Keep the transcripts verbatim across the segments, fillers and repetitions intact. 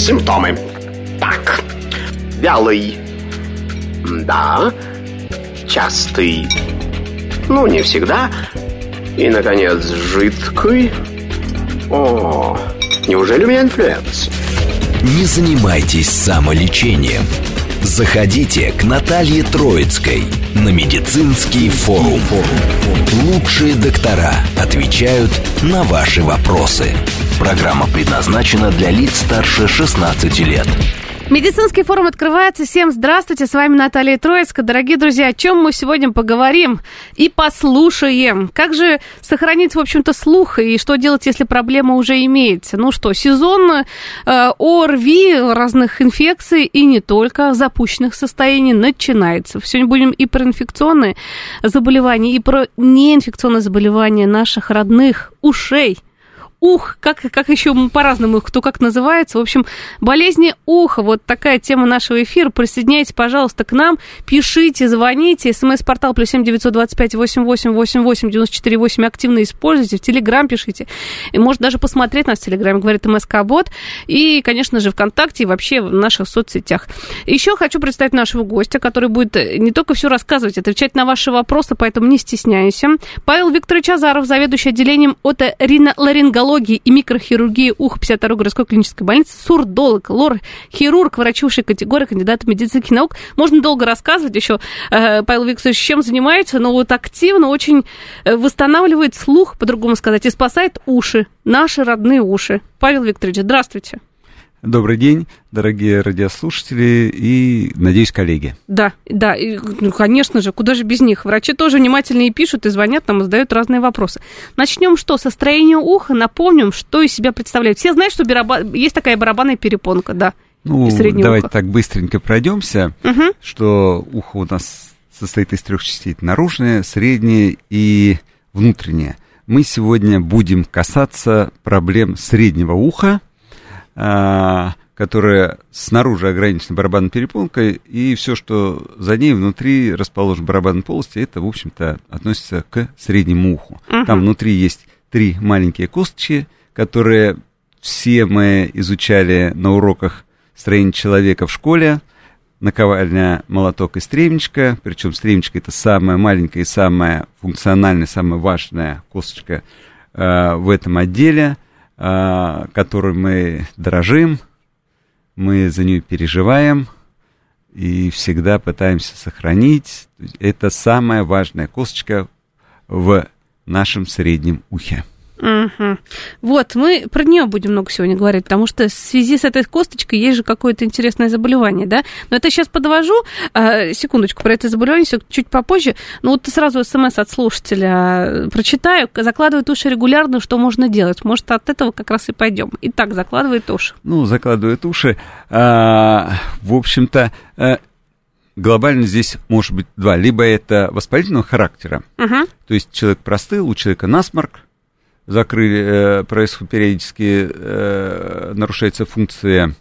Симптомы. Так, вялый. Да. Частый. Ну, не всегда. И, наконец, жидкий. О, неужели у меня инфлюенс? Не занимайтесь самолечением. Заходите к Наталье Троицкой на медицинский форум. Лучшие доктора отвечают на ваши вопросы. Программа предназначена для лиц старше шестнадцати лет. Медицинский форум открывается. Всем здравствуйте, с вами Наталья Троицкая. Дорогие друзья, о чем мы сегодня поговорим и послушаем? Как же сохранить, в общем-то, слух и что делать, если проблема уже имеется? Ну что, сезон э, ОРВИ, разных инфекций и не только запущенных состояний начинается. Сегодня будем и про инфекционные заболевания, и про неинфекционные заболевания наших родных ушей. Ух, как, как еще по-разному их кто как называется. В общем, болезни уха. Вот такая тема нашего эфира. Присоединяйтесь, пожалуйста, к нам. Пишите, звоните. СМС-портал плюс семь девятьсот двадцать пять восемь восемь восемь восемь девяносто четыре восемь активно используйте. В Телеграм пишите. И может даже посмотреть нас в Телеграме, говорит МСК-бот. И, конечно же, ВКонтакте и вообще в наших соцсетях. Еще хочу представить нашего гостя, который будет не только все рассказывать, отвечать на ваши вопросы, поэтому не стесняйся. Павел Викторович Азаров, заведующий отделением оториноларингологии и микрохирургии уха пятьдесят второй городской клинической больницы, сурдолог, лор-хирург, врач высшей категории, кандидат медицинских наук. Можно долго рассказывать еще, Павел Викторович, чем занимается, но вот активно очень восстанавливает слух, по-другому сказать, и спасает уши, наши родные уши. Павел Викторович, здравствуйте. Добрый день, дорогие радиослушатели и, надеюсь, коллеги. Да, да, и, ну, конечно же, куда же без них. Врачи тоже внимательно и пишут, и звонят нам, и задают разные вопросы. Начнем что? Со строения уха. Напомним, что из себя представляет. Все знают, что барабан... есть такая барабанная перепонка, да, ну, и среднее давайте ухо. Так быстренько пройдемся, угу. Что ухо у нас состоит из трех частей. Наружное, среднее и внутреннее. Мы сегодня будем касаться проблем среднего уха, которая снаружи ограничена барабанной перепонкой, и все, что за ней внутри расположено в барабанной полости, это, в общем-то, относится к среднему уху. Uh-huh. Там внутри есть три маленькие косточки, которые все мы изучали на уроках строения человека в школе. Наковальня, молоток и стремечко. Причем стремечко — это самая маленькая и самая функциональная, самая важная косточка э, в этом отделе, которой мы дорожим, мы за нее переживаем и всегда пытаемся сохранить. Это самая важная косточка в нашем среднем ухе. Угу. Вот, мы про нее будем много сегодня говорить, потому что в связи с этой косточкой есть же какое-то интересное заболевание, да? Но это сейчас подвожу, а, секундочку, про это заболевание все чуть попозже. Ну вот сразу смс от слушателя прочитаю. Закладывает уши регулярно, что можно делать? Может, от этого как раз и пойдем. Итак, закладывает уши. Ну, закладывает уши. А, в общем-то, а, глобально здесь может быть два. Либо это воспалительного характера, угу. То есть человек простыл, у человека насморк, закрыли, э, происходит периодически, э, нарушается функция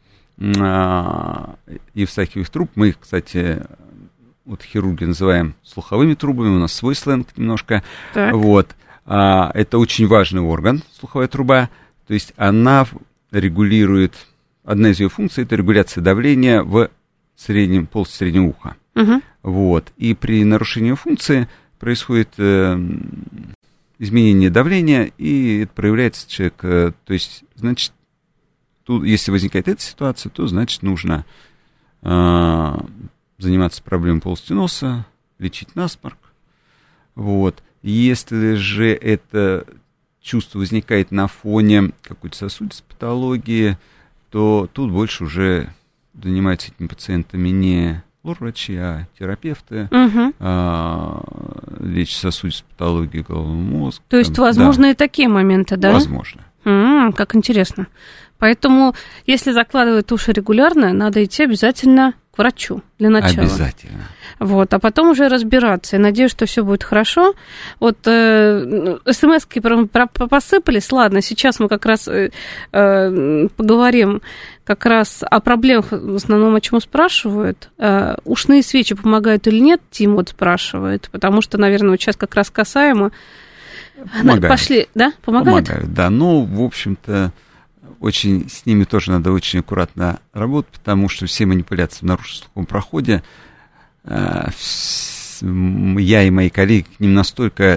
э, евстахиевых труб. Мы их, кстати, вот хирурги называем слуховыми трубами, у нас свой сленг немножко. Вот. А, это очень важный орган, слуховая труба, то есть она регулирует, одна из ее функций — это регуляция давления в среднем, полости среднего уха. Угу. Вот. И при нарушении функции происходит... Э, изменение давления, и это проявляется человек, то есть, значит, тут, если возникает эта ситуация, то, значит, нужно э, заниматься проблемой полости носа, лечить насморк, вот. Если же это чувство возникает на фоне какой-то сосудистой патологии, то тут больше уже занимаются этими пациентами не лор-врачи, а терапевты, угу. а, лечат сосудистую патологию головного мозга. То есть, там, возможно, да. И такие моменты, да? Возможно. М-м, как интересно. Поэтому, если закладывают уши регулярно, надо идти обязательно к врачу для начала. Обязательно. Вот, а потом уже разбираться. Я надеюсь, что все будет хорошо. Вот э, смс-ки посыпались. Ладно, сейчас мы как раз э, э, поговорим как раз о проблемах, в основном, о чем спрашивают. Э, ушные свечи помогают или нет, Тим вот спрашивает, потому что, наверное, вот сейчас как раз касаемо. Помогают. Пошли, да? Помогают? Помогают, да. Ну, в общем-то, очень, с ними тоже надо очень аккуратно работать, потому что все манипуляции в наружно-слуховом проходе, я и мои коллеги к ним настолько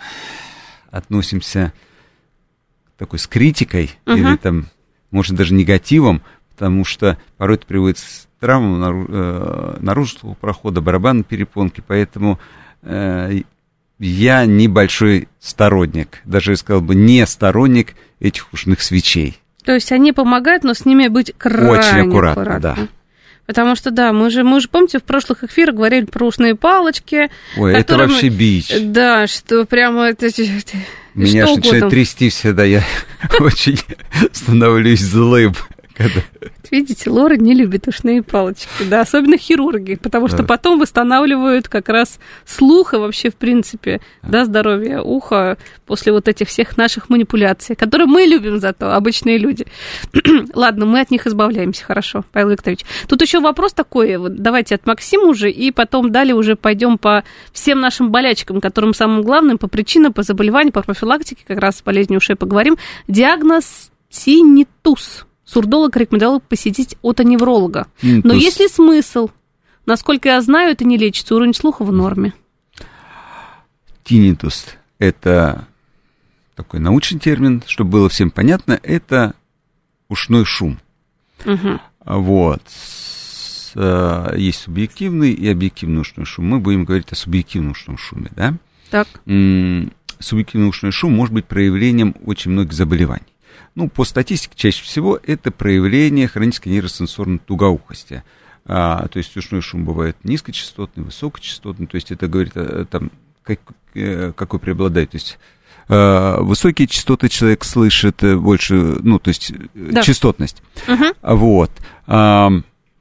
относимся такой с критикой, uh-huh. или там, может, даже негативом, потому что порой это приводит к травмам наружного прохода, барабанной перепонки, поэтому э, я небольшой сторонник, даже я сказал бы, не сторонник этих ушных свечей. То есть они помогают, но с ними быть крайне очень аккуратно, аккуратно. Да. Потому что, да, мы же, мы же, помните, в прошлых эфирах говорили про ушные палочки. Ой, это вообще бич. Да, что прямо это... Меня аж начинает трясти всегда, я очень становлюсь злым. Когда... Видите, Лора не любит ушные палочки, да, особенно хирурги, потому что потом восстанавливают как раз слух и вообще, в принципе, да, здоровье уха после вот этих всех наших манипуляций, которые мы любим зато, обычные люди. Ладно, мы от них избавляемся, хорошо, Павел Викторович. Тут еще вопрос такой, вот, давайте от Максима уже, и потом далее уже пойдем по всем нашим болячкам, которым самым главным по причинам, по заболеваниям, по профилактике, как раз болезни ушей поговорим. Диагноз тиннитус. Сурдолог рекомендовал посетить отоневролога. Mm, Но есть ли смысл? Насколько я знаю, это не лечится. Уровень слуха в норме. Тиннитус – это такой научный термин, чтобы было всем понятно, это ушной шум. Uh-huh. Вот. Есть субъективный и объективный ушной шум. Мы будем говорить о субъективном ушном шуме, да? Так. Субъективный ушной шум может быть проявлением очень многих заболеваний. Ну, по статистике, чаще всего это проявление хронической нейросенсорной тугоухости. А, то есть ушной шум бывает низкочастотный, высокочастотный, то есть это говорит о том, как, какой преобладает. То есть а, высокие частоты человек слышит больше, ну, то есть да. частотность. Uh-huh. Вот. А,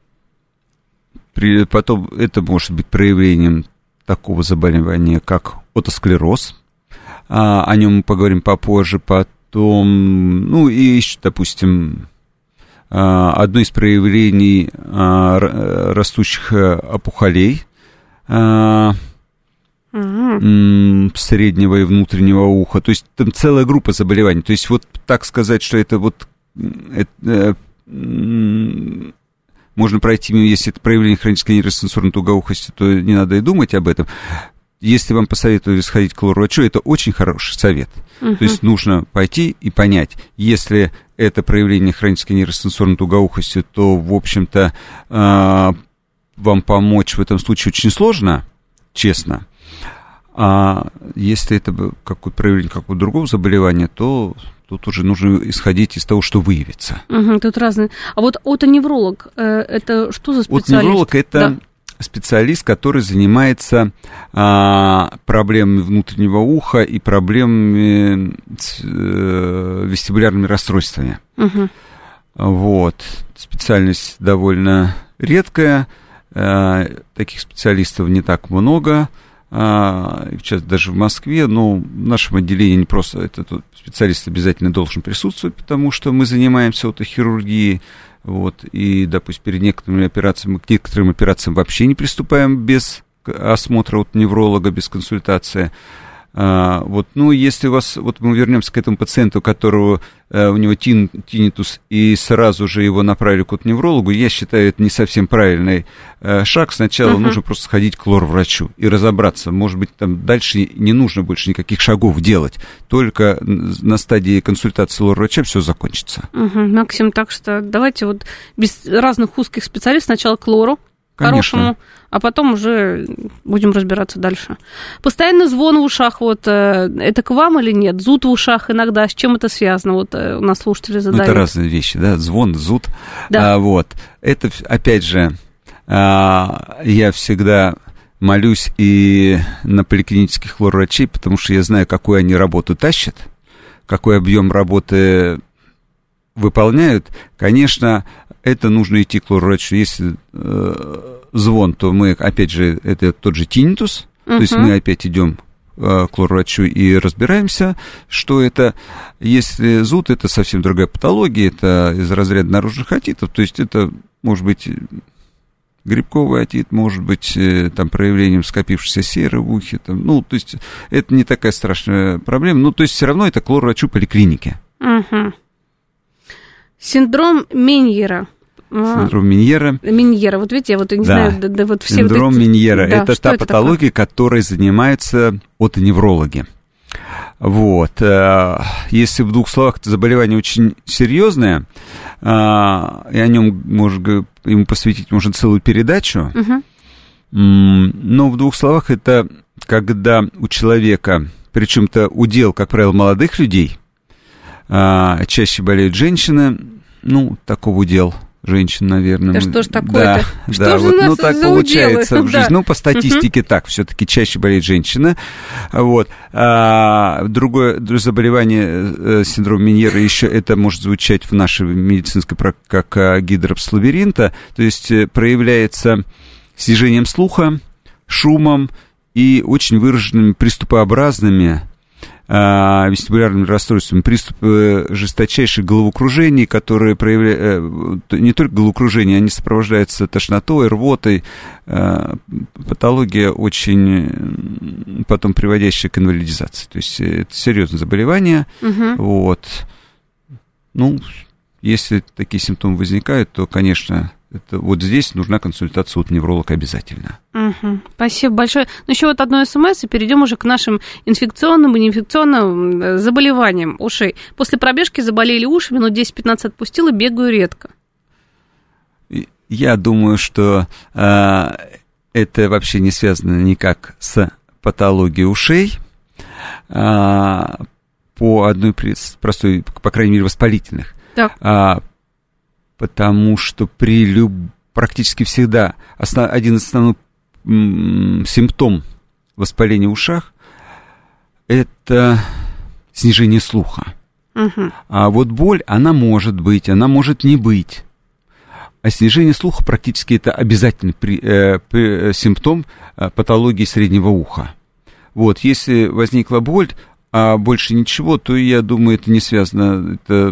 при, потом это может быть проявлением такого заболевания, как отосклероз. А, о нем мы поговорим попозже, потом. То, ну, и еще, допустим, одно из проявлений растущих опухолей mm-hmm. среднего и внутреннего уха. То есть там целая группа заболеваний. То есть вот так сказать, что это вот... Это, можно пройти, если это проявление хронической нейросенсорной тугоухости, то не надо и думать об этом. Если вам посоветовали сходить к лор-врачу, это очень хороший совет. Uh-huh. То есть нужно пойти и понять, если это проявление хронической нейросенсорной тугоухости, то, в общем-то, э, вам помочь в этом случае очень сложно, честно. А если это какое-то проявление какого-то другого заболевания, то тут уже нужно исходить из того, что выявится. Uh-huh, тут разные. А вот отоневролог, э, это что за специалист? Отоневролог – это... Да. Специалист, который занимается а, проблемами внутреннего уха и проблемами с, э, вестибулярными расстройствами. Uh-huh. Вот. Специальность довольно редкая, а, таких специалистов не так много, а, сейчас даже в Москве, но в нашем отделении не просто этот специалист обязательно должен присутствовать, потому что мы занимаемся отохирургией. Вот, и, допустим, перед некоторыми операциями, мы к некоторым операциям вообще не приступаем без осмотра от невролога, без консультации. А, вот, ну, если у вас, вот мы вернемся к этому пациенту, у которого а, у него тин, тиннитус, и сразу же его направили к неврологу, я считаю, это не совсем правильный а, шаг. Сначала uh-huh. нужно просто сходить к лор-врачу и разобраться. Может быть, там дальше не нужно больше никаких шагов делать. Только на стадии консультации лор-врача все закончится. Uh-huh. Максим, так что давайте вот без разных узких специалистов сначала к лору. Конечно. Хорошему, а потом уже будем разбираться дальше. Постоянно звон в ушах, вот, это к вам или нет? Зуд в ушах иногда, с чем это связано? Вот у нас слушатели задают. Ну, это разные вещи, да, звон, зуд. Да. А, вот, это, опять же, а, я всегда молюсь и на поликлинических лор-врачей, потому что я знаю, какую они работу тащат, какой объем работы выполняют. Конечно, это нужно идти к лор-врачу. Если э, звон, то мы, опять же, это тот же тиннитус, uh-huh. то есть мы опять идем э, к лор-врачу и разбираемся, что это. Если зуд, это совсем другая патология, это из разряда наружных отитов, то есть это может быть грибковый отит, может быть э, там проявлением скопившейся серы в ухе, там, ну, то есть это не такая страшная проблема, ну, то есть все равно это к лор-врачу поликлиники. Uh-huh. Синдром Меньера. Синдром Меньера. Меньера, вот видите, я вот не да. знаю, да, да, вот все Синдром вот эти... Меньера. Да, это та это патология, такое? Которой занимаются отоневрологи. Вот. Если в двух словах, это заболевание очень серьезное, и о нем можно, ему посвятить можно целую передачу. Угу. Но в двух словах это когда у человека, причем это удел, как правило, молодых людей, чаще болеют женщины, ну, такого удел женщин, наверное. Да что ж такое-то? Да, что да, же вот, у нас ну, так за получается уделы? в жизни. Да. Ну, по статистике так, все-таки чаще болеет женщина. Вот. А другое заболевание, синдром Меньера, еще это может звучать в нашей медицинской практике как гидропс лабиринта, то есть проявляется снижением слуха, шумом и очень выраженными приступообразными а, вестибулярными расстройствами, приступы жесточайших головокружений, которые проявляют, не только головокружение, они сопровождаются тошнотой, рвотой, а, патология очень потом приводящая к инвалидизации. То есть это серьезное заболевание. Угу. Вот. Ну, если такие симптомы возникают, то, конечно, это, вот здесь нужна консультация от невролога обязательно. Угу. Спасибо большое. Ну, еще вот одно смс, и перейдем уже к нашим инфекционным и неинфекционным заболеваниям ушей. После пробежки заболели уши, минут десять-пятнадцать отпустила, бегаю редко. Я думаю, что э, это вообще не связано никак с патологией ушей. Э, по одной простой, по крайней мере, воспалительных. Так. А, потому что при люб... практически всегда основ... один из основных м- симптом воспаления в ушах – это снижение слуха. Угу. А вот боль, она может быть, она может не быть. А снижение слуха практически это обязательный при... э, при... симптом э, патологии среднего уха. Вот, если возникла боль, а больше ничего, то, я думаю, это не связано, это,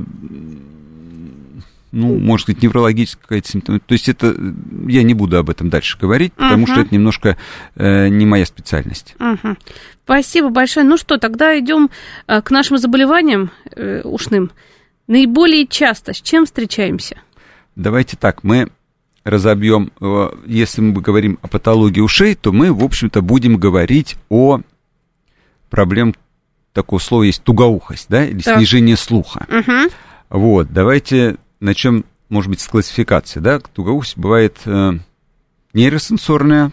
ну, может быть, неврологическая какая-то симптома. То есть это, я не буду об этом дальше говорить, потому uh-huh. что это немножко э, не моя специальность. Uh-huh. Спасибо большое. Ну что, тогда идем э, к нашим заболеваниям э, ушным. Наиболее часто с чем встречаемся? Давайте так, мы разобьем, э, если мы говорим о патологии ушей, то мы, в общем-то, будем говорить о проблемах. Такое слово есть тугоухость, да, или так. снижение слуха. Угу. Вот, давайте начнем, может быть, с классификации, да. Тугоухость бывает э, нейросенсорная,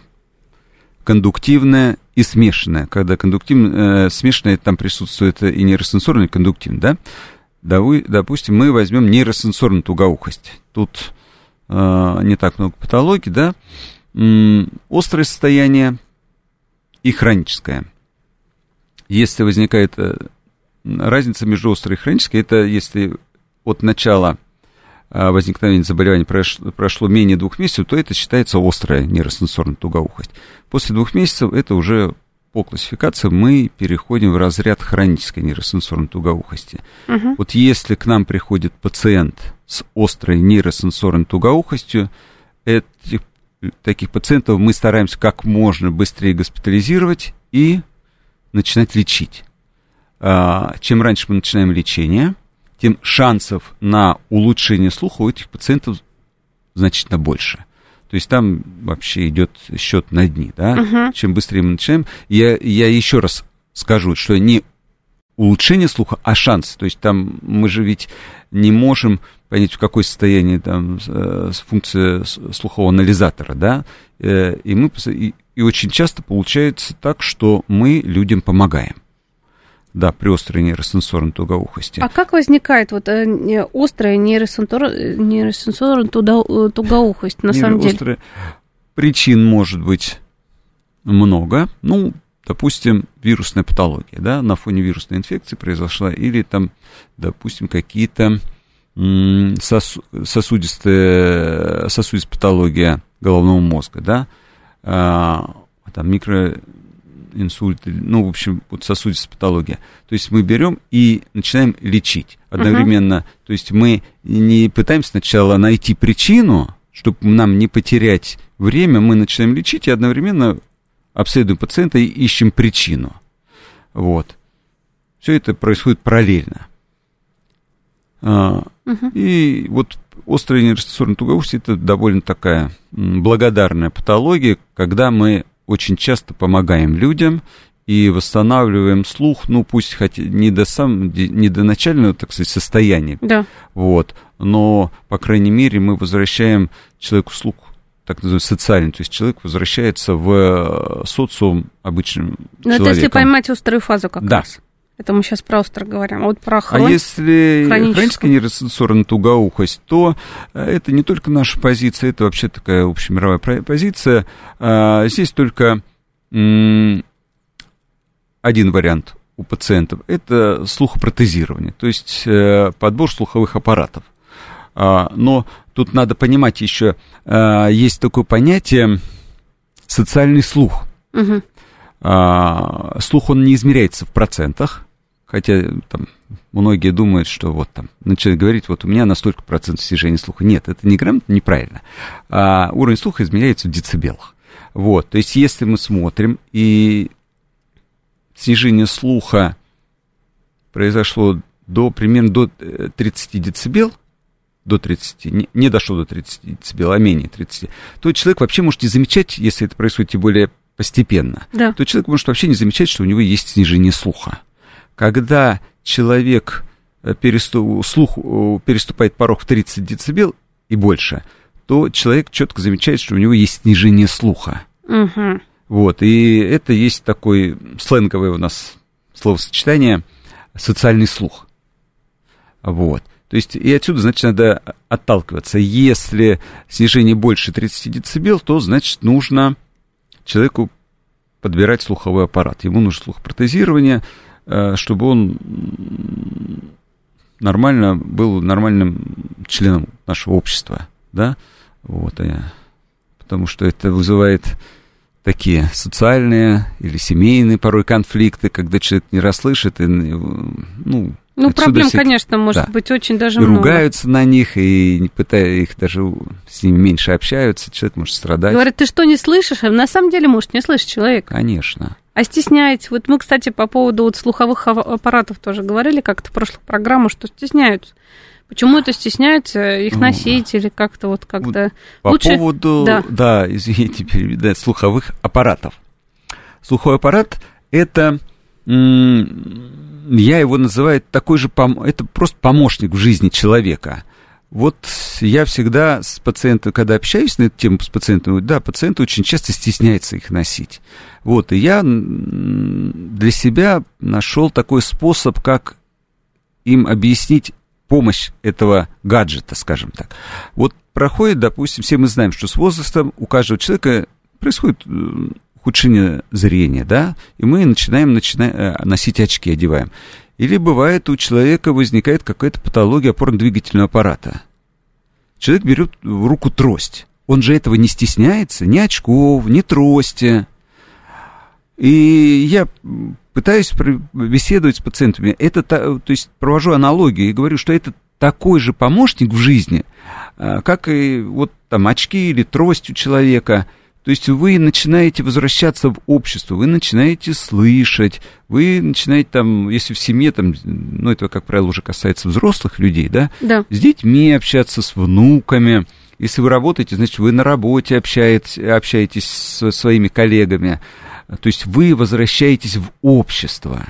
кондуктивная и смешанная. Когда кондуктивная, э, смешанная, там присутствует и нейросенсорная, и кондуктивная, да. Допустим, мы возьмем нейросенсорную тугоухость. Тут э, не так много патологий, да. М- острое состояние и хроническое. Если возникает разница между острой и хронической, это если от начала возникновения заболевания прошло, прошло менее двух месяцев, то это считается острая нейросенсорная тугоухость. После двух месяцев это уже по классификации мы переходим в разряд хронической нейросенсорной тугоухости. Угу. Вот если к нам приходит пациент с острой нейросенсорной тугоухостью, этих, таких пациентов мы стараемся как можно быстрее госпитализировать и начинать лечить. Чем раньше мы начинаем лечение, тем шансов на улучшение слуха у этих пациентов значительно больше. То есть там вообще идет счет на дни, да? Uh-huh. Чем быстрее мы начинаем. Я, я еще раз скажу, что не улучшение слуха, а шанс. То есть там мы же ведь не можем понять, в какое состояние там функция слухового анализатора, да? И мы и, и очень часто получается так, что мы людям помогаем. Да, при острой нейросенсорной тугоухости. А как возникает вот э, острая нейросенсорная нейросенсорная тугоухость, на Нейро- самом деле? Острая... Причин может быть много. Ну, допустим, вирусная патология, да, на фоне вирусной инфекции произошла, или там, допустим, какие-то м- сосу- сосудистые, сосудистая патология головного мозга, да, а, там микро... инсульт, ну, в общем, вот сосудистая патология. То есть мы берем и начинаем лечить одновременно. Uh-huh. То есть мы не пытаемся сначала найти причину, чтобы нам не потерять время, мы начинаем лечить и одновременно обследуем пациента и ищем причину. Вот. Все это происходит параллельно. Uh-huh. И вот острая нейросенсорная тугоухость – это довольно такая благодарная патология, когда мы очень часто помогаем людям и восстанавливаем слух, ну, пусть хотя не до, сам, не до начального, так сказать, состояния, да. Вот, но, по крайней мере, мы возвращаем человеку слух, так называемый социальный, то есть человек возвращается в социум обычным но человеком. Это если поймать острую фазу как да. раз. Это мы сейчас про остро говорим. А вот про хрон... А если хроническая нейросенсорная тугоухость, то это не только наша позиция, это вообще такая общемировая позиция. Здесь только один вариант у пациентов – это слухопротезирование, то есть подбор слуховых аппаратов. Но тут надо понимать еще, есть такое понятие социальный слух. Угу. А, слух, он не измеряется в процентах, хотя там многие думают, что вот там начинают говорить, вот у меня на столько процентов снижения слуха. Нет, это неграмотно, неправильно. А, уровень слуха измеряется в децибелах. Вот, то есть если мы смотрим, и снижение слуха произошло до, примерно до тридцати децибел, до тридцати, не, не дошло до тридцати децибел, а менее тридцати, то человек вообще может не замечать, если это происходит тем более постепенно, да. то человек может вообще не замечать, что у него есть снижение слуха. Когда человек переступ, слух переступает порог в тридцать децибел и больше, то человек четко замечает, что у него есть снижение слуха. Угу. Вот, и это есть такое сленговое у нас словосочетание «социальный слух». Вот. То есть, и отсюда, значит, надо отталкиваться. Если снижение больше тридцати децибел, то, значит, нужно человеку подбирать слуховой аппарат. Ему нужно слухопротезирование, чтобы он нормально был нормальным членом нашего общества, да, вот, потому что это вызывает такие социальные или семейные порой конфликты, когда человек не расслышит, и, ну, Ну, проблем, все... конечно, может да. быть очень даже и много. ругаются на них, и не пытаются, их даже с ними меньше общаются, человек может страдать. Говорят, ты что, не слышишь? А на самом деле, может, не слышит человек. Конечно. А стесняется. Вот мы, кстати, по поводу вот слуховых аппаратов тоже говорили как-то в прошлых программах, что стесняются. Почему это стесняются их носить или как-то вот как-то... По Лучше... поводу, да, да извините, переведать, слуховых аппаратов. Слуховой аппарат – это... Я его называю такой же, это просто помощник в жизни человека. Вот я всегда с пациентом, когда общаюсь на эту тему с пациентом, да, пациенты очень часто стесняются их носить. Вот, и я для себя нашел такой способ, как им объяснить помощь этого гаджета, скажем так. Вот проходит, допустим, все мы знаем, что с возрастом у каждого человека происходит ухудшение зрения, да, и мы начинаем, начинаем носить очки, одеваем. Или бывает, у человека возникает какая-то патология опорно-двигательного аппарата. Человек берет в руку трость. Он же этого не стесняется, ни очков, ни трости. И я пытаюсь беседовать с пациентами. Это, то есть провожу аналогию и говорю, что это такой же помощник в жизни, как и вот там очки или трость у человека. То есть вы начинаете возвращаться в общество, вы начинаете слышать, вы начинаете там, если в семье, там, ну, это, как правило, уже касается взрослых людей, да, да. с детьми общаться, с внуками. Если вы работаете, значит, вы на работе общаетесь, общаетесь со своими коллегами. То есть вы возвращаетесь в общество.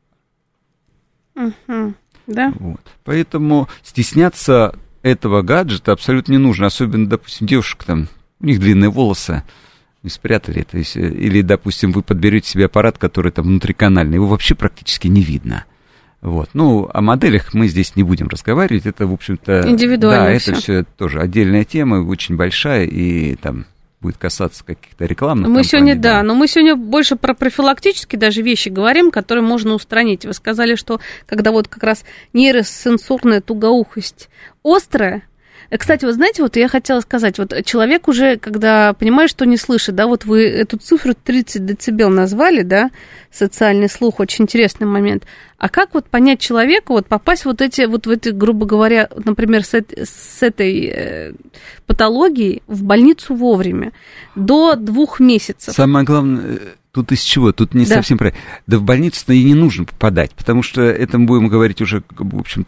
Угу. Да. Вот. Поэтому стесняться этого гаджета абсолютно не нужно. Особенно, допустим, девушек там, у них длинные волосы, не спрятали. То есть, или, допустим, вы подберете себе аппарат, который там внутриканальный, его вообще практически не видно. Вот. Ну, о моделях мы здесь не будем разговаривать. Это, в общем-то... Индивидуально. Да, всё. это все тоже отдельная тема, очень большая, и там будет касаться каких-то рекламных Мы компаний. сегодня, да, но мы сегодня больше про профилактические даже вещи говорим, которые можно устранить. Вы сказали, что когда вот как раз нейросенсорная тугоухость острая. Кстати, вот знаете, вот я хотела сказать, вот человек уже, когда понимает, что не слышит, да, вот вы эту цифру тридцать децибел назвали, да, социальный слух, очень интересный момент. А как вот понять человеку, вот попасть вот эти, вот в эти, грубо говоря, например, с, этой, с этой э, патологией в больницу вовремя, до двух месяцев? Самое главное, тут из чего? Тут не да. совсем правильно. Да в больницу-то и не нужно попадать, потому что это мы будем говорить уже, в общем-то,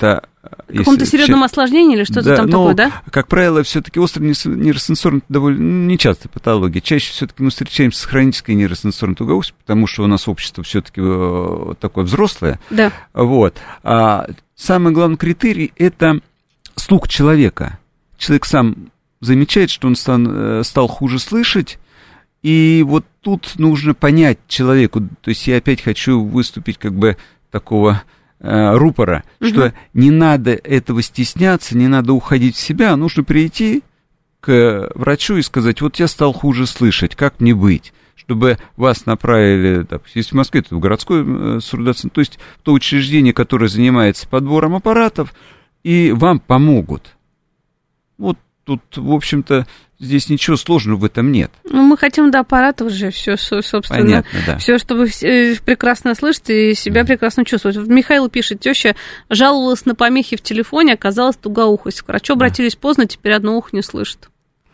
каком-то серьезном осложнении или что-то да, там такое, да? Как правило, все-таки острая нейросенсорная довольно нечастая патология. Чаще все-таки мы встречаемся с хронической нейросенсорной тугоухостью, потому что у нас общество все-таки такое взрослое. Да. Вот. А самый главный критерий – это слух человека. Человек сам замечает, что он стал, стал хуже слышать, и вот тут нужно понять человеку, то есть я опять хочу выступить как бы такого э, рупора, угу. что не надо этого стесняться, не надо уходить в себя, нужно прийти к врачу и сказать, вот я стал хуже слышать, как мне быть? Чтобы вас направили, так, если в Москве, то в городской сурдоцентр, то есть в то учреждение, которое занимается подбором аппаратов, и вам помогут. Вот тут, в общем-то, здесь ничего сложного в этом нет. Ну, мы хотим до аппаратов же все, собственно, понятно, да. Все, чтобы прекрасно слышать и себя mm. прекрасно чувствовать. Вот Михаил пишет, теща жаловалась на помехи в телефоне, оказалась тугоухость. К врачу обратились mm. поздно, теперь одно ухо не слышит.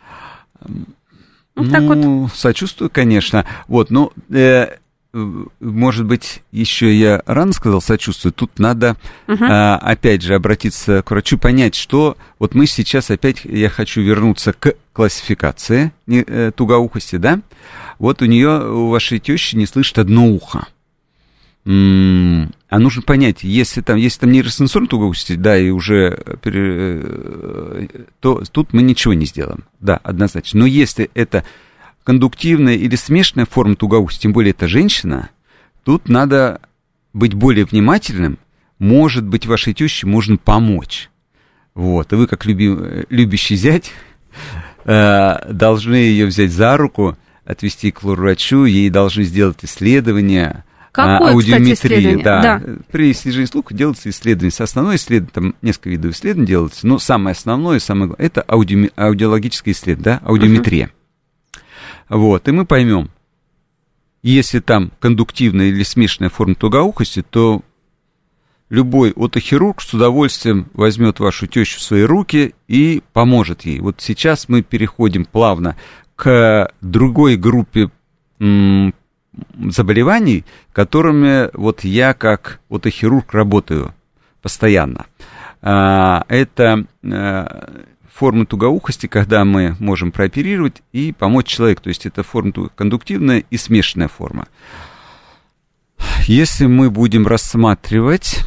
Вот так ну, вот. Сочувствую, конечно. Вот, ну, э, может быть, еще я рано сказал сочувствую. Тут надо, uh-huh. э, опять же, обратиться к врачу, понять, что... Вот мы сейчас опять, я хочу вернуться к классификации э, тугоухости, да? Вот у нее, у вашей тещи не слышит одно ухо. М-м, а нужно понять, если там, если там нейросенсорная тугоухость, да, и уже... Пере, то тут мы ничего не сделаем. Да, однозначно. Но если это... кондуктивная или смешанная форма тугоухости, тем более это женщина, тут надо быть более внимательным. Может быть, вашей теще можно помочь. Вот. И вы, как люби, любящий зять, э, должны ее взять за руку, отвести к врачу, ей должны сделать исследование. Какое, аудиометрия, кстати, исследование? Да. Да. При снижении слуха делается исследование. Основное исследование, там несколько видов исследований делается, но самое основное, самое главное, это ауди, аудиологическое исследование, да, аудиометрия. Uh-huh. Вот, и мы поймем, если там кондуктивная или смешанная форма тугоухости, то любой отохирург с удовольствием возьмет вашу тещу в свои руки и поможет ей. Вот сейчас мы переходим плавно к другой группе м- заболеваний, которыми вот я как отохирург работаю постоянно. А, это... А, формы тугоухости, когда мы можем прооперировать и помочь человеку. То есть это форма кондуктивная и смешанная форма. Если мы будем рассматривать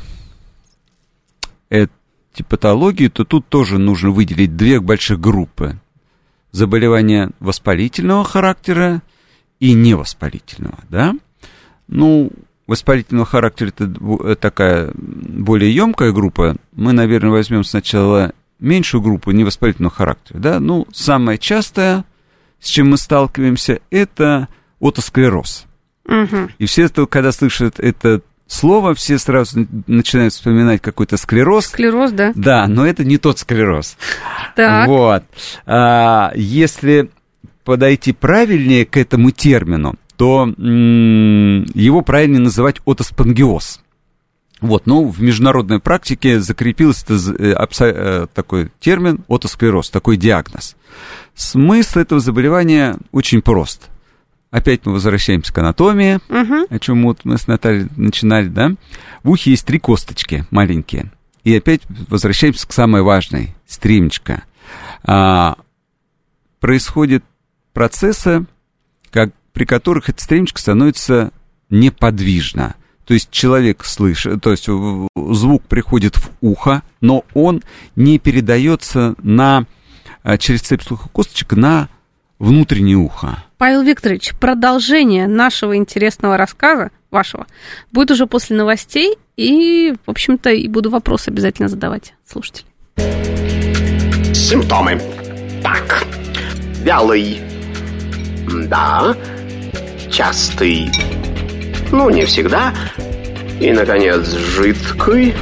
эти патологии, то тут тоже нужно выделить две больших группы. Заболевания воспалительного характера и невоспалительного. Да? Ну, воспалительного характера это такая более емкая группа. Мы, наверное, возьмем сначала меньшую группу невоспалительного характера, да, ну, самое частое, с чем мы сталкиваемся, это отосклероз. Угу. И все, когда слышат это слово, все сразу начинают вспоминать какой-то склероз. Склероз, да. Да, но это не тот склероз. Так. Вот. А, если подойти правильнее к этому термину, то м- его правильнее называть отоспонгиоз. Вот, но в международной практике закрепился такой термин отосклероз, такой диагноз. Смысл этого заболевания очень прост. Опять мы возвращаемся к анатомии, угу. о чем вот мы с Натальей начинали, да? В ухе есть три косточки маленькие. И опять возвращаемся к самой важной, стремечко. А, происходят процессы, как, при которых эта стремечко становится неподвижна. То есть человек слышит, то есть звук приходит в ухо, но он не передается на, через цепь слуховых косточек на внутреннее ухо. Павел Викторович, продолжение нашего интересного рассказа, вашего, будет уже после новостей, и, в общем-то, и буду вопросы обязательно задавать слушателям. Симптомы. Так, вялый, да, частый, ну, не всегда. И, наконец, жидкий.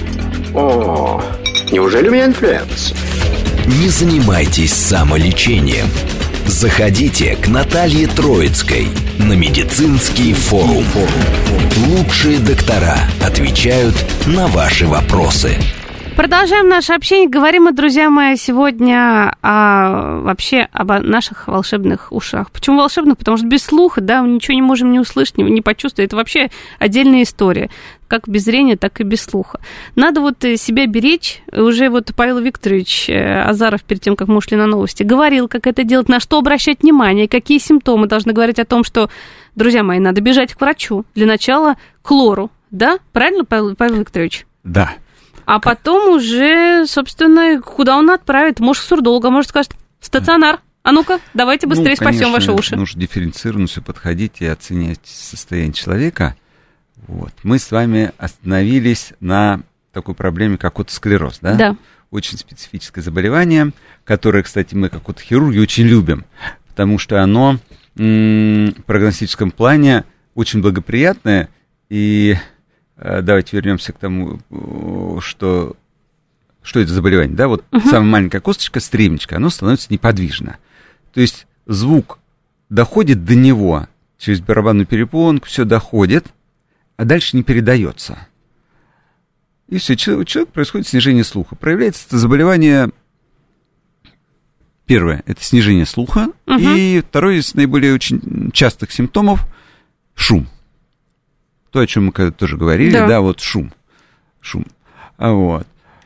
О, неужели у меня инфлюенс? Не занимайтесь самолечением. Заходите к Наталье Троицкой на медицинский форум. Лучшие доктора отвечают на ваши вопросы. Продолжаем наше общение. Говорим мы, друзья мои, сегодня о, вообще об наших волшебных ушах. Почему волшебных? Потому что без слуха, да, мы ничего не можем не услышать, не, не почувствовать. Это вообще отдельная история. Как без зрения, так и без слуха. Надо вот себя беречь. Уже вот Павел Викторович Азаров, перед тем, как мы ушли на новости, говорил, как это делать, на что обращать внимание, какие симптомы должны говорить о том, что, друзья мои, надо бежать к врачу. Для начала к лору. Да? Правильно, Павел, Павел Викторович? Да. А потом уже, собственно, куда он отправит? Может, к сурдологу, а может, скажет, стационар. А ну-ка, давайте быстрее ну, спасем ваши уши. Нужно дифференцированно все подходить и оценять состояние человека. Вот. Мы с вами остановились на такой проблеме, как отосклероз, да? Да. Очень специфическое заболевание, которое, кстати, мы, как отохирурги, очень любим, потому что оно м- в прогностическом плане очень благоприятное. И э, давайте вернемся к тому, что, что это заболевание, да? Вот uh-huh. самая маленькая косточка, стремечко, оно становится неподвижно. То есть звук доходит до него через барабанную перепонку, все доходит, а дальше не передается. И все, у человека происходит снижение слуха. Проявляется это заболевание, первое, это снижение слуха, угу. и второе из наиболее очень частых симптомов – шум. То, о чем мы когда-то тоже говорили, да, да вот шум. Шум. А вот.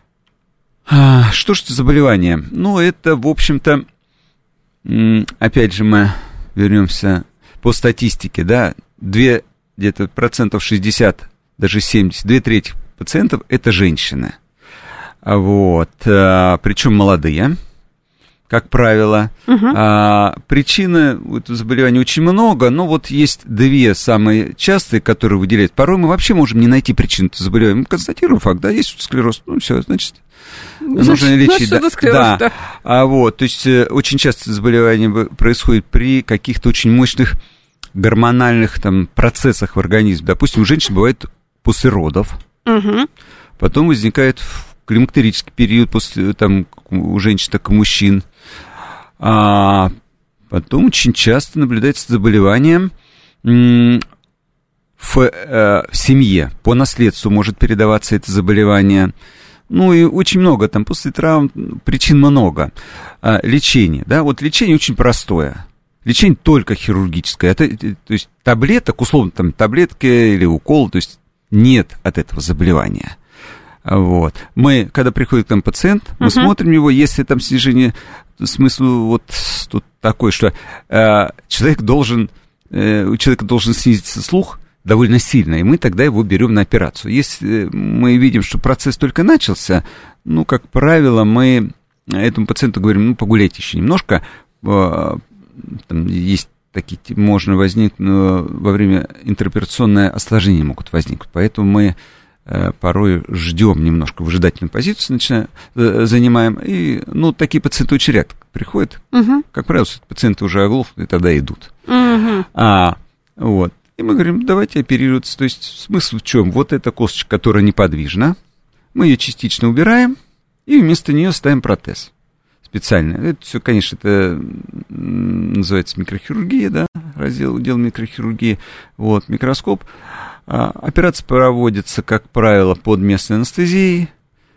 А, что же это заболевание? Ну, это, в общем-то, опять же, мы вернемся по статистике, да, две где-то процентов шестьдесят, даже семьдесят, две трети пациентов – это женщины. Вот. А, причем молодые, как правило. Угу. А, причины этого заболевания очень много, но вот есть две самые частые, которые выделяют. Порой мы вообще можем не найти причину этого заболевания. Мы констатируем факт, да, есть склероз, ну все, значит, значит нужно лечить. Значит, да. Склероз, да. Да. А, вот, то есть очень часто заболевание происходит при каких-то очень мощных гормональных там процессах в организме. Допустим, у женщин бывает после родов, угу. потом возникает климактерический период после, там, у женщин, так и у мужчин. А потом очень часто наблюдается заболевание м- в, э, в семье. По наследству может передаваться это заболевание. Ну и очень много, там после травм причин много. А, лечение, да, вот лечение очень простое. Лечение только хирургическое. Это, то есть таблеток, условно, там таблетки или укол, то есть нет от этого заболевания. Вот. Мы, когда приходит к нам пациент, мы uh-huh. смотрим его, если там снижение, смысл вот тут такой, что э, человек должен, э, у человека должен снизиться слух довольно сильно, и мы тогда его берем на операцию. Если мы видим, что процесс только начался, ну, как правило, мы этому пациенту говорим, ну, погуляйте еще немножко, э, там есть такие, можно возникнуть, во время интероперационное осложнения могут возникнуть, поэтому мы порой ждем немножко, выжидательную позицию начинаем, занимаем, и, ну, такие пациенты очень редко приходят, угу. как правило, пациенты уже оглохнут, и тогда идут. Угу. А, вот, и мы говорим, давайте оперироваться, то есть смысл в чем? Вот эта косточка, которая неподвижна, мы ее частично убираем, и вместо нее ставим протез специально. Это все, конечно, это называется микрохирургия, да, раздел, отдел микрохирургии, вот, микроскоп. Операция проводится, как правило, под местной анестезией.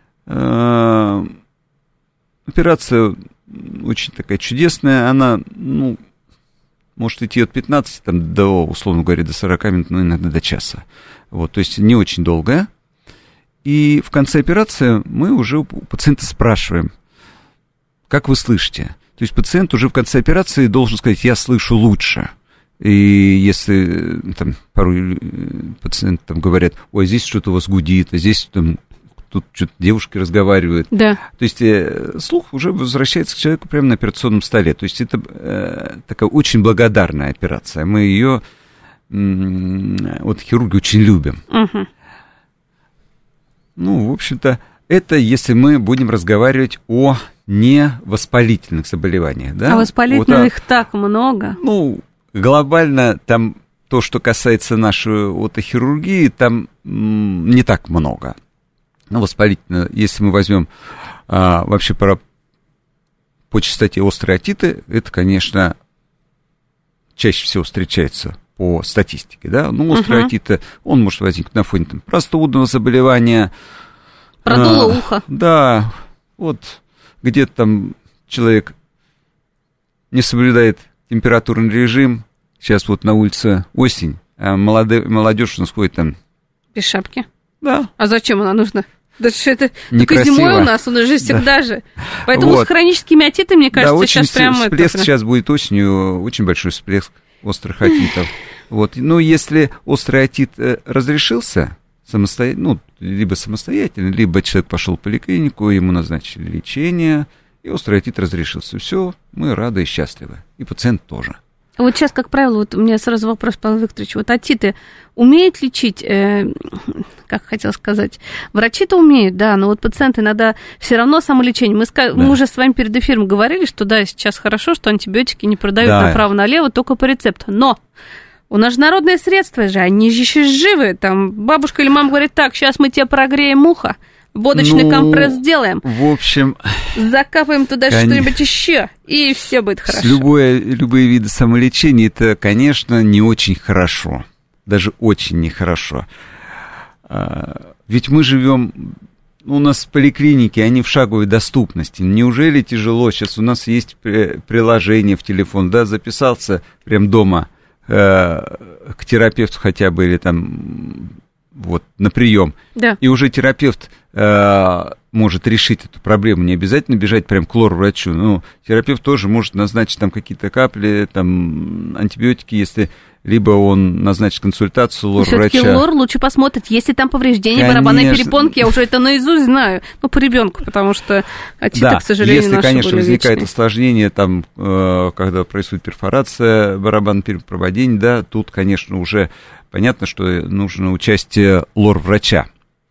Операция очень такая чудесная, она, ну, может идти от пятнадцати там, до, условно говоря, до сорока минут, ну, иногда до часа. Вот, то есть не очень долгая. И в конце операции мы уже у пациента спрашиваем, как вы слышите? То есть пациент уже в конце операции должен сказать, я слышу лучше. И если там, порой пациенты там, говорят, ой, здесь что-то у вас гудит, а здесь там, тут что-то девушки разговаривают. Да. То есть э, слух уже возвращается к человеку прямо на операционном столе. То есть это э, такая очень благодарная операция. Мы ее, э, вот хирурги очень любим. Угу. Ну, в общем-то, это если мы будем разговаривать о невоспалительных заболеваниях. Да? А воспалительных вот, а, так много. Ну, глобально там то, что касается нашей отохирургии, там м, не так много. Ну, воспалительно, если мы возьмем а, вообще по, по частоте острой отиты, это, конечно, чаще всего встречается по статистике, да. Ну, острая uh-huh. отита, он может возникнуть на фоне там, простудного заболевания, Продуло а, ухо. Да, вот где-то там человек не соблюдает температурный режим. Сейчас вот на улице осень, а молодежь, молодежь у нас ходит там... Без шапки? Да. А зачем она нужна? Да что это некрасиво. Только зимой у нас, у нас же всегда да. же. Поэтому вот. С хроническими отитами, мне кажется, да, сейчас прям... всплеск это... сейчас будет осенью, очень большой всплеск острых отитов. Вот. Ну, если острый отит разрешился самостоятельно, ну, либо самостоятельно, либо человек пошел в поликлинику, ему назначили лечение, и острый отит разрешился. Все, мы рады и счастливы. И пациент тоже. Вот сейчас, как правило, вот у меня сразу вопрос, Павел Викторович, вот отиты умеют лечить, э, как хотел сказать, врачи-то умеют, да, но вот пациенты иногда все равно самолечение. Мы, да. мы уже с вами перед эфиром говорили, что да, сейчас хорошо, что антибиотики не продают да. направо-налево, только по рецепту, но... У нас же народные средства же, они же еще живы. Там бабушка или мама говорит, так, сейчас мы тебе прогреем ухо, водочный ну, компресс сделаем. В общем... Закапаем туда конечно, что-нибудь еще, и все будет хорошо. Любое, любые виды самолечения, это, конечно, не очень хорошо. Даже очень нехорошо. Ведь мы живем... У нас поликлиники, они в шаговой доступности. Неужели тяжело? Сейчас у нас есть приложение в телефон, да, записался прям дома к терапевту хотя бы или там вот на прием, да. И уже терапевт э, может решить эту проблему, не обязательно бежать прям к лор-врачу, ну, терапевт тоже может назначить там какие-то капли, там антибиотики, если либо он назначит консультацию лор-врача. Все-таки лор лучше посмотреть, если там повреждение барабанной перепонки, я уже это наизусть знаю, ну, по ребенку, потому что отиты, да, к сожалению, если, наши конечно, были возникает вечные. осложнение, там, э, когда происходит перфорация барабанной перепонки, да, тут, конечно, уже понятно, что нужно участие лор-врача.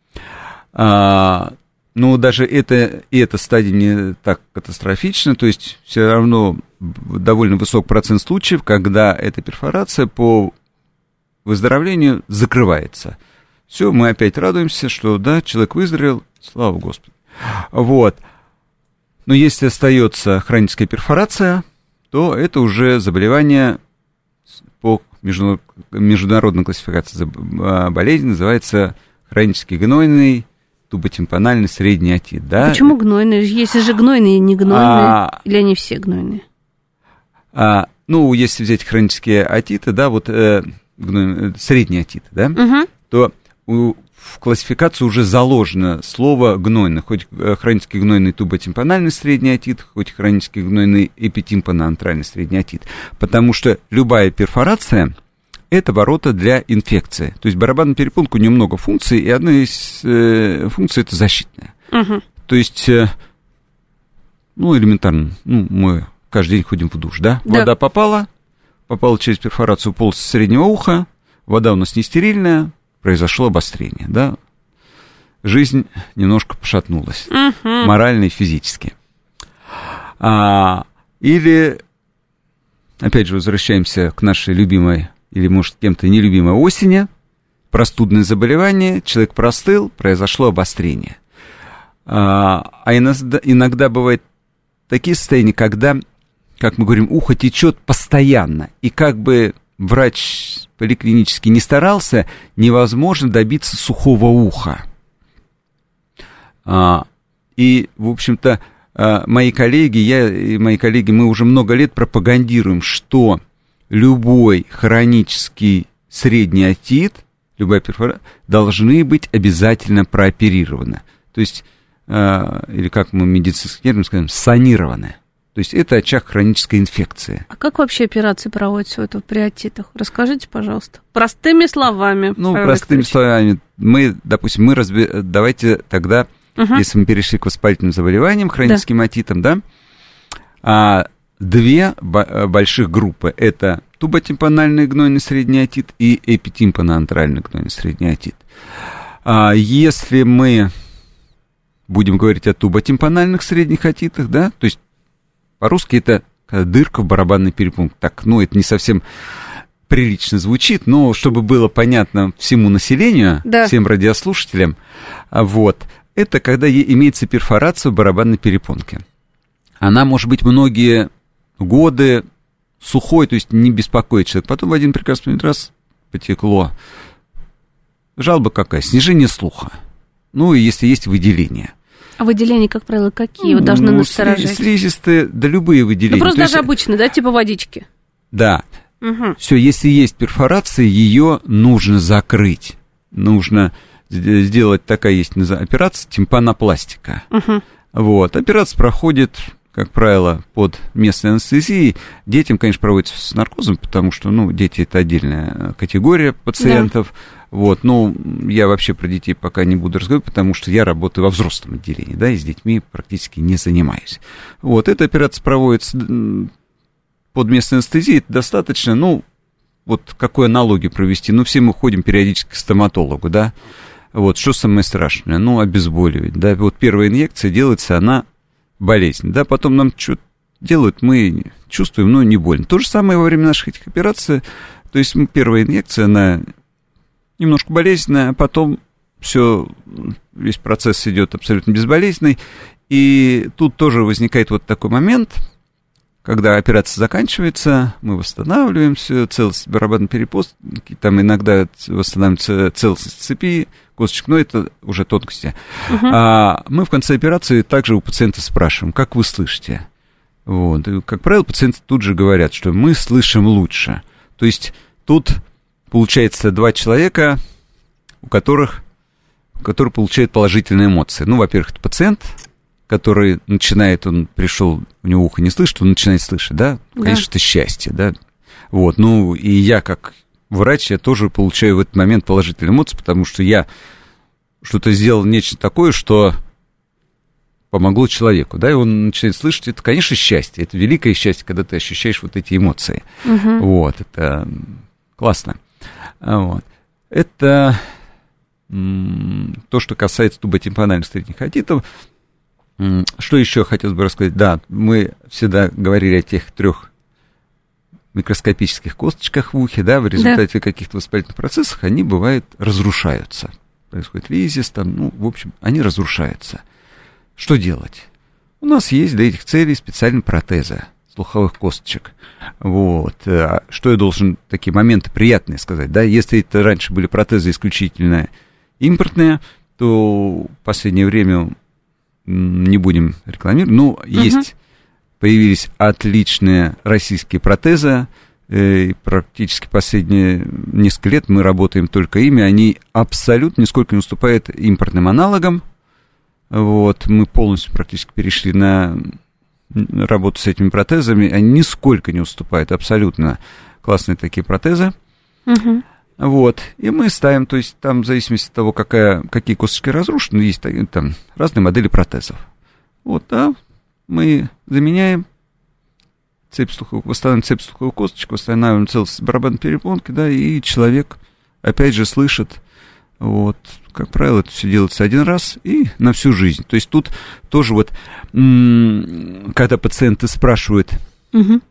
А, ну, даже это, и эта стадия не так катастрофична, то есть все равно довольно высок процент случаев, когда эта перфорация по выздоровлению закрывается. Все, мы опять радуемся, что да, человек выздоровел, слава Господу. Вот. Но если остается хроническая перфорация, то это уже заболевание по международной классификации болезни, называется хронический гнойный туботимпанальный средний отит. Да? Почему гнойный? Есть же гнойные и не гнойные, а, или они все гнойные? А, ну, если взять хронические отиты, да, вот э, гной, средний отит, да, угу. то у, в классификацию уже заложено слово гнойный, хоть хронический гнойный туботимпанальный средний отит, хоть хронический гнойный эпитимпаноантральный средний отит, потому что любая перфорация – это ворота для инфекции. То есть барабанная перепонка, у нее много функций, и одна из э, функций – это защитная. Угу. То есть, э, ну, элементарно, ну, мы каждый день ходим в душ, да? да? Вода попала, попала через перфорацию полости среднего уха, вода у нас не стерильная, произошло обострение, да? Жизнь немножко пошатнулась, угу. морально и физически. А, или, опять же, возвращаемся к нашей любимой или, может, кем-то нелюбимой осени, простудное заболевание, человек простыл, произошло обострение. А, а иногда, иногда бывают такие состояния, когда, как мы говорим, ухо течет постоянно, и как бы врач поликлинически не старался, невозможно добиться сухого уха. А, и, в общем-то, мои коллеги, я и мои коллеги, мы уже много лет пропагандируем, что любой хронический средний отит, любая перфорация, должны быть обязательно прооперированы. То есть, э, или как мы медицинским термином скажем, санированы. То есть, это очаг хронической инфекции. А как вообще операции проводятся вот при отитах? Расскажите, пожалуйста. Простыми словами. Ну, простыми словами. Мы, допустим, мы разби... давайте тогда, угу. если мы перешли к воспалительным заболеваниям, хроническим да. отитам, да, а, две больших группы – это туботимпанальный гнойный средний отит и эпитимпаноантральный гнойный средний отит. Если мы будем говорить о туботимпанальных средних отитах, да, то есть по-русски это дырка в барабанной перепонке. Так, ну, это не совсем прилично звучит, но чтобы было понятно всему населению, да. всем радиослушателям, вот, это когда имеется перфорация в барабанной перепонке. Она может быть многие годы сухой, то есть не беспокоит человек. Потом в один прекрасный раз потекло. Жалоба какая? Снижение слуха. Ну, и если есть выделения. А выделения, как правило, какие? Вы должны ну, насторожить. Слизистые, да любые выделения. Ну, просто То даже есть, обычные, да, типа водички? Да. Угу. Все, если есть перфорация, ее нужно закрыть. Нужно сделать, такая есть операция, тимпанопластика. Угу. Вот. Операция проходит, как правило, под местной анестезией. Детям, конечно, проводится с наркозом, потому что, ну, дети — это отдельная категория пациентов. Да. Вот, ну, я вообще про детей пока не буду разговаривать, потому что я работаю во взрослом отделении, да, и с детьми практически не занимаюсь. Вот, эта операция проводится под местной анестезией, это достаточно, ну, вот какую аналогию провести? Ну, все мы ходим периодически к стоматологу, да, вот, что самое страшное? Ну, обезболивать, да, вот первая инъекция делается, она болезнь, да, потом нам что-то делают, мы чувствуем, но не больно. То же самое во время наших этих операций, то есть первая инъекция, она немножко болезненная, а потом все, весь процесс идет абсолютно безболезненный. И тут тоже возникает вот такой момент, когда операция заканчивается, мы восстанавливаемся, целостность барабанной перепонки, там иногда восстанавливается целостность цепи, косточек, но это уже тонкости. Uh-huh. А мы в конце операции также у пациента спрашиваем, как вы слышите? Вот. И, как правило, пациенты тут же говорят, что мы слышим лучше. То есть тут получается два человека, у которых, которые получают положительные эмоции. Ну, во-первых, это пациент, который начинает, он пришел, у него ухо не слышит, он начинает слышать, да? Да. Конечно, это счастье, да? Вот, ну, и я, как врач, я тоже получаю в этот момент положительные эмоции, потому что я что-то сделал, нечто такое, что помогло человеку, да, и он начинает слышать, это, конечно, счастье, это великое счастье, когда ты ощущаешь вот эти эмоции. Угу. Вот, это классно. Вот. Это м- то, что касается туботимпанальных средних отитов. М- что еще хотелось бы рассказать? Да, мы всегда говорили о тех трех микроскопических косточках в ухе, да, в результате да. каких-то воспалительных процессов они, бывают, разрушаются. Происходит лизис, там, ну, в общем, они разрушаются. Что делать? У нас есть для этих целей специальные протезы слуховых косточек. Вот. Что я должен такие моменты приятные сказать, да? Если это раньше были протезы исключительно импортные, то в последнее время не будем рекламировать. Ну, uh-huh. есть, появились отличные российские протезы. И практически последние несколько лет мы работаем только ими. Они абсолютно нисколько не уступают импортным аналогам. Вот. Мы полностью практически перешли на работу с этими протезами. Они нисколько не уступают. Абсолютно классные такие протезы. Uh-huh. Вот. И мы ставим, то есть там в зависимости от того, какая, какие косточки разрушены, есть там разные модели протезов. Вот, да, мы заменяем цепь слуховых, восстанавливаем цепь слуховых косточек, восстанавливаем целостность барабанной перепонки, да, и человек, опять же, слышит. Вот, как правило, это все делается один раз и на всю жизнь. То есть тут тоже вот, м- когда пациенты спрашивают, угу.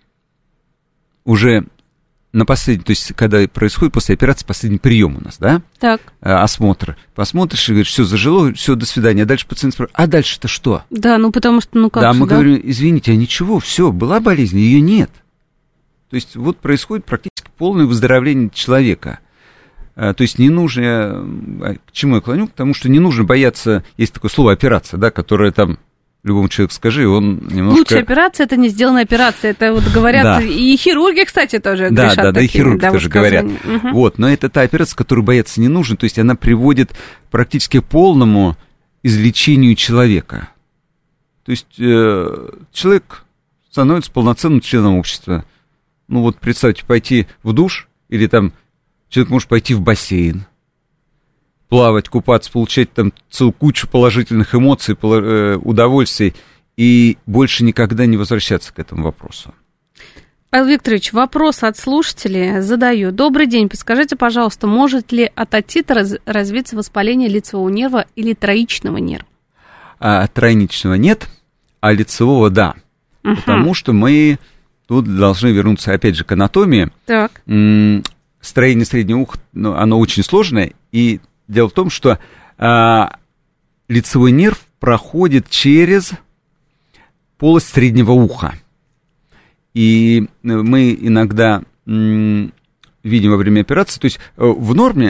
уже на последний, то есть когда происходит после операции последний прием у нас, да? Так. Осмотр. Посмотришь и говоришь, все зажило, все, до свидания. А дальше пациент спрашивает, а дальше-то что? Да, ну потому что, ну как да, же, мы да? говорим, извините, а ничего, все, была болезнь, ее нет. То есть вот происходит практически полное выздоровление человека. То есть не нужно, к чему я клоню, потому что не нужно бояться, есть такое слово операция, да, которое там любому человеку скажи, он немножко... Лучшая операция — это не сделанная операция, это вот говорят, да. И хирурги, кстати, тоже да, грешат. Да, да, и хирурги тоже говорят. Угу. Вот, но это та операция, которую бояться не нужно, то есть она приводит практически к полному излечению человека. То есть э, человек становится полноценным членом общества. Ну вот представьте, пойти в душ, или там человек может пойти в бассейн, плавать, купаться, получать там целую кучу положительных эмоций, удовольствий, и больше никогда не возвращаться к этому вопросу. Павел Викторович, вопрос от слушателей задаю. Добрый день, подскажите, пожалуйста, может ли от отита раз, развиться воспаление лицевого нерва или троичного нерва? А, тройничного нет, а лицевого да. Uh-huh. Потому что мы тут должны вернуться, опять же, к анатомии. Так. М- строение среднего уха, ну, оно очень сложное, и дело в том, что а, лицевой нерв проходит через полость среднего уха. И мы иногда м, видим во время операции, то есть в норме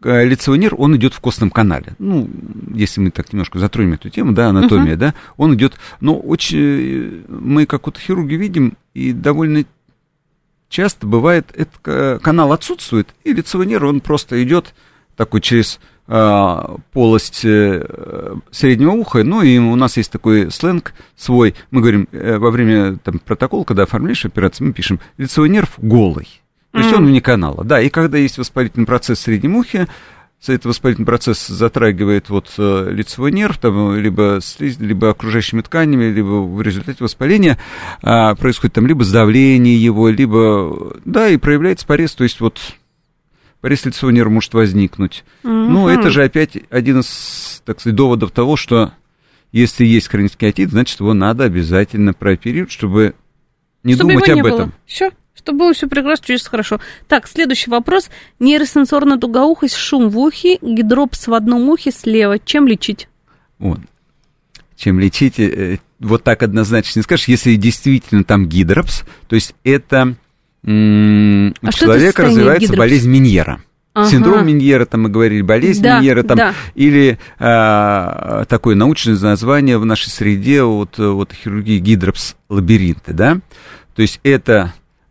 лицевой нерв, он идет в костном канале. Ну, если мы так немножко затронем эту тему, да, анатомия, uh-huh. да, он идет, но очень, мы как вот хирурги видим, и довольно часто бывает, этот канал отсутствует, и лицевой нерв, он просто идет такой через а, полость а, среднего уха, ну, и у нас есть такой сленг свой, мы говорим, во время там, протокола, когда оформляешь операцию, мы пишем, лицевой нерв голый. То есть mm. он вне канала, да, и когда есть воспалительный процесс в среднем ухе, этот воспалительный процесс затрагивает вот лицевой нерв, там, либо, либо окружающими тканями, либо в результате воспаления а, происходит там либо сдавление его, либо, да, и проявляется порез, то есть вот порез лицевого нерва может возникнуть. Mm-hmm. Ну, это же опять один из, так сказать, доводов того, что если есть хронический отит, значит, его надо обязательно прооперировать, чтобы не чтобы думать об не этом. Все. Чтобы было все прекрасно, чудесно, хорошо. Так, следующий вопрос. Нейросенсорная тугоухость, шум в ухе, гидропс в одном ухе слева. Чем лечить? Вот. Чем лечить? Вот так однозначно не скажешь. Если действительно там гидропс, то есть это м- а у человека развивается гидропс? Болезнь Меньера. Ага. Синдром Меньера, там мы говорили, болезнь да, Меньера, там, да. или а, такое научное название в нашей среде, вот, вот хирургии гидропс лабиринты, да? То есть это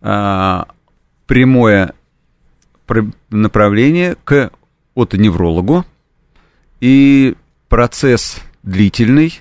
прямое направление к отоневрологу, и процесс длительный,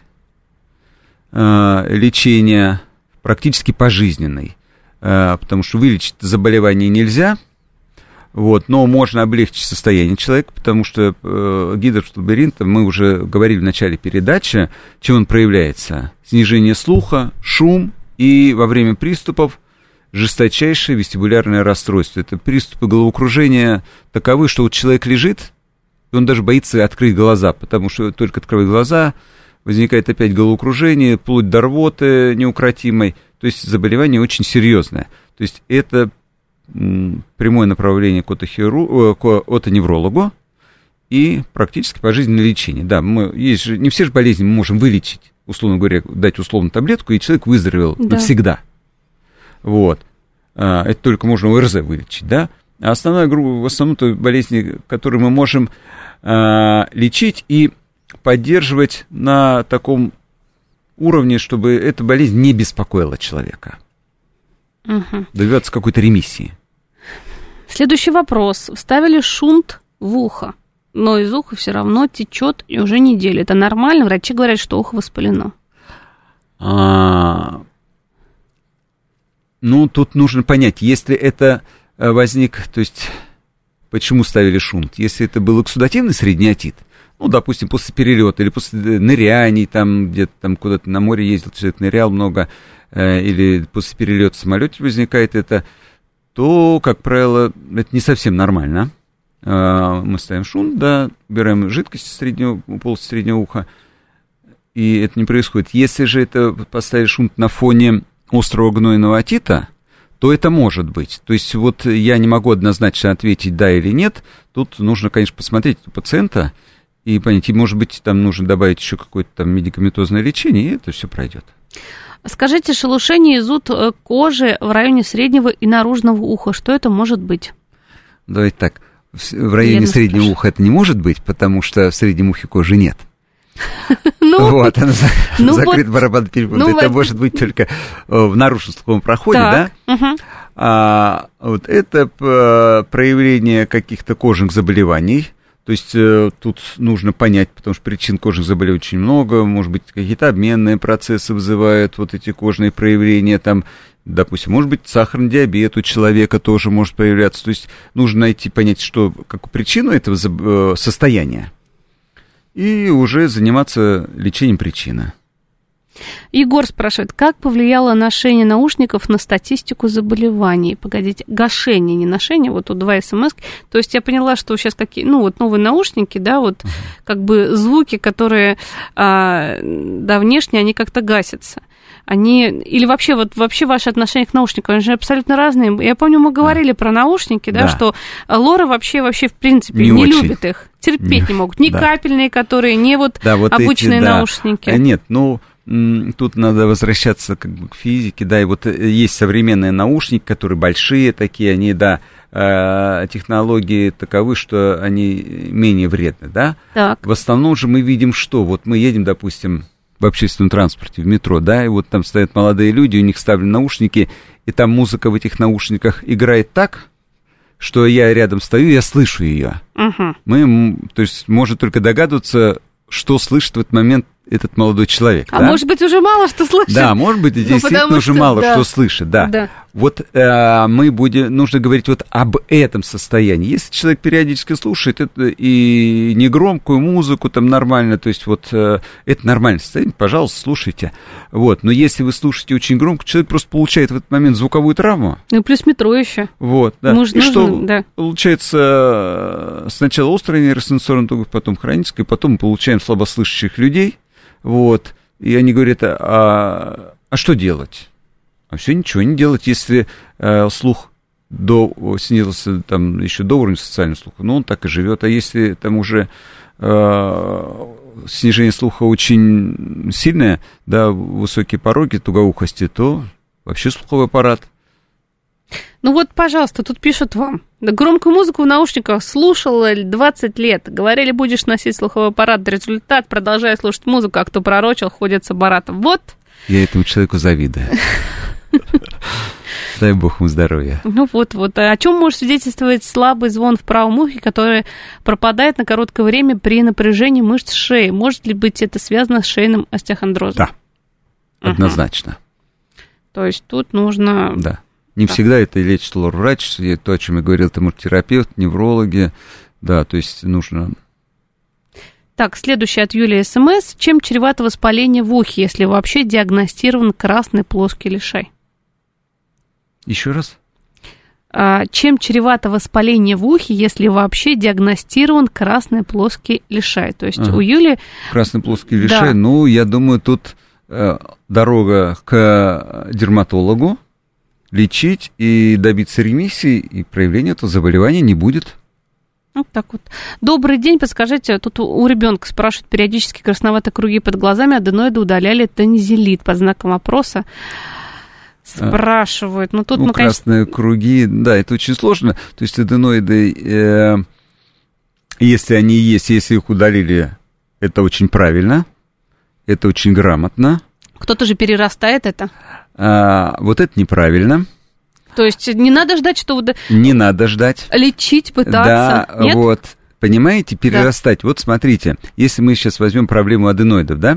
лечение практически пожизненный, потому что вылечить заболевание нельзя, вот, но можно облегчить состояние человека, потому что гидропс лабиринта, мы уже говорили в начале передачи, чем он проявляется: снижение слуха, шум и во время приступов жесточайшее вестибулярное расстройство. Это приступы головокружения таковы, что вот человек лежит, и он даже боится открыть глаза, потому что только открывая глаза, возникает опять головокружение, вплоть до рвоты неукротимой. То есть заболевание очень серьезное. То есть это м, прямое направление к, отохиру... к отоневрологу и практически пожизненное лечение. Да, мы, есть же, не все же болезни мы можем вылечить, условно говоря, дать условную таблетку, и человек выздоровел да. навсегда. Вот. Это только можно ОРЗ вылечить, да? А основная группа, в основном, болезни, которые мы можем а, лечить и поддерживать на таком уровне, чтобы эта болезнь не беспокоила человека. Угу. Добиваться какой-то ремиссии. Следующий вопрос. Вставили шунт в ухо, но из уха все равно течет и уже неделю. Это нормально? Врачи говорят, что ухо воспалено. А... Ну, тут нужно понять, если это возник, то есть, почему ставили шунт? Если это был эксудативный средний отит, ну, допустим, после перелета или после ныряний, там, где-то там куда-то на море ездил, человек нырял много, э, или после перелета в самолете возникает это, то, как правило, это не совсем нормально. Э, мы ставим шунт, да, убираем жидкость из среднего, полости среднего уха, и это не происходит. Если же это поставили шунт на фоне острого гнойного отита, то это может быть. То есть вот я не могу однозначно ответить да или нет. Тут нужно, конечно, посмотреть у пациента и понять, и, может быть, там нужно добавить еще какое-то там медикаментозное лечение, и это все пройдет. Скажите, шелушение и зуд кожи в районе среднего и наружного уха, что это может быть? Давайте так, в районе Лена среднего спрашивает. Уха это не может быть, потому что в среднем ухе кожи нет. Ну, вот, она ну, закрыт вот, барабан перепонки. Ну, это вот. Может быть только в наружном слуховом проходе, так, да? Угу. А, вот это проявление каких-то кожных заболеваний. То есть тут нужно понять, потому что причин кожных заболеваний очень много. Может быть, какие-то обменные процессы вызывают вот эти кожные проявления. Там, допустим, может быть, сахарный диабет у человека тоже может проявляться. То есть нужно найти, понять, что, какую причину этого состояния. И уже заниматься лечением причины. Егор спрашивает, как повлияло ношение наушников на статистику заболеваний? Погодите, гашение, не ношение, вот тут два смс. То есть я поняла, что сейчас какие, ну вот новые наушники, да, вот uh-huh. как бы звуки, которые, а, да, внешне, они как-то гасятся. Они, или вообще, вот вообще ваши отношения к наушникам, они же абсолютно разные. Я помню, мы говорили да. про наушники, да, да, что Лора вообще, вообще в принципе, не, не любит их, терпеть не, не могут. Ни да. капельные, которые, не вот, да, вот обычные эти, да. наушники. Нет, ну, тут надо возвращаться как бы к физике, да, и вот есть современные наушники, которые большие такие, они, да, э, технологии таковы, что они менее вредны, да? Так. В основном же мы видим, что вот мы едем, допустим, в общественном транспорте, в метро, да, и вот там стоят молодые люди, у них вставлены наушники, и там музыка в этих наушниках играет так, что я рядом стою, я слышу ее. Угу. Мы, то есть, можно только догадываться, что слышит в этот момент этот молодой человек. А да? может быть, уже мало что слышит? Да, может быть, ну, действительно уже что, мало да. что слышит, да. да. Вот э, мы будем, нужно говорить вот об этом состоянии. Если человек периодически слушает это и негромкую музыку, там нормально, то есть вот э, это нормальное состояние, пожалуйста, слушайте. Вот, но если вы слушаете очень громко, человек просто получает в этот момент звуковую травму. Ну и плюс метро еще. Вот, да. Может, и нужно, что да. получается сначала острая нейросенсорная тугость, потом хроническая, потом мы получаем слабослышащих людей. Вот, и они говорят, а, а что делать? А все ничего не делать, если э, слух до, снизился там еще до уровня социального слуха, ну, он так и живет. А если там уже э, снижение слуха очень сильное, да, высокие пороги тугоухости, то вообще слуховой аппарат. Ну вот, пожалуйста, тут пишут вам. Да, громкую музыку в наушниках слушала двадцать лет. Говорили, будешь носить слуховой аппарат. Результат, продолжая слушать музыку, а кто пророчил, ходит с аппаратом. Вот. Я этому человеку завидую. Дай бог ему здоровья. Ну вот, вот. О чем может свидетельствовать слабый звон в правом ухе, который пропадает на короткое время при напряжении мышц шеи? Может ли быть это связано с шейным остеохондрозом? Да, однозначно. Угу. То есть тут нужно... Да. Не да. всегда это лечит лор-врач, то, о чем я говорил, это терапевт, неврологи, да, то есть нужно... Так, следующий от Юлии СМС. Чем чревато воспаление в ухе, если вообще диагностирован красный плоский лишай? Еще раз. А, чем чревато воспаление в ухе, если вообще диагностирован красный плоский лишай? То есть ага. у Юли... Красный плоский лишай, да. ну, я думаю, тут э, дорога к дерматологу, лечить и добиться ремиссии, и проявления этого заболевания не будет. Вот так вот. Добрый день, подскажите, тут у ребенка спрашивают периодически красноватые круги под глазами, аденоиды удаляли тонзиллит под знаком вопроса. Спрашивают. Ну, тут ну, мы, красные конечно... круги, да, это очень сложно. То есть аденоиды, э, если они есть, если их удалили, это очень правильно, это очень грамотно. Кто-то же перерастает это. А, вот это неправильно. То есть не надо ждать, что... Не надо ждать. Лечить, пытаться. Да, нет? Вот. Понимаете, перерастать. Да. Вот смотрите, если мы сейчас возьмем проблему аденоидов, да,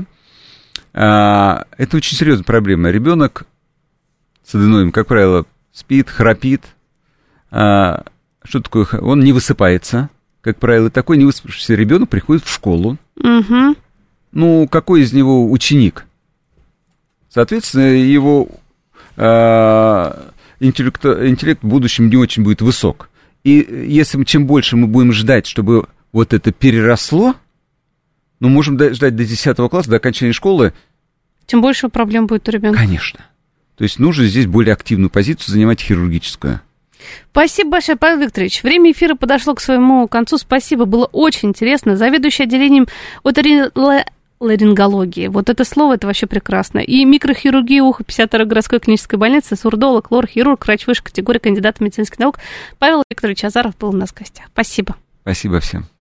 а, это очень серьезная проблема. Ребенок с аденоидом, как правило, спит, храпит. А, что такое? Он не высыпается. Как правило, такой невыспавшийся ребенок приходит в школу. Угу. Ну, какой из него ученик? Соответственно, его э, интеллект, интеллект в будущем не очень будет высок. И если мы, чем больше мы будем ждать, чтобы вот это переросло, ну, можем ждать до десятого класса, до окончания школы. Тем больше проблем будет у ребенка. Конечно. То есть нужно здесь более активную позицию занимать, хирургическую. Спасибо большое, Павел Викторович. Время эфира подошло к своему концу. Спасибо, было очень интересно. Заведующий отделением оториноларингологии. Вот это слово, это вообще прекрасно. И микрохирургия уха пятьдесят второй городской клинической больницы, сурдолог, лор-хирург, врач высшей категории, кандидат медицинских наук Павел Викторович Азаров был у нас в гостях. Спасибо. Спасибо всем.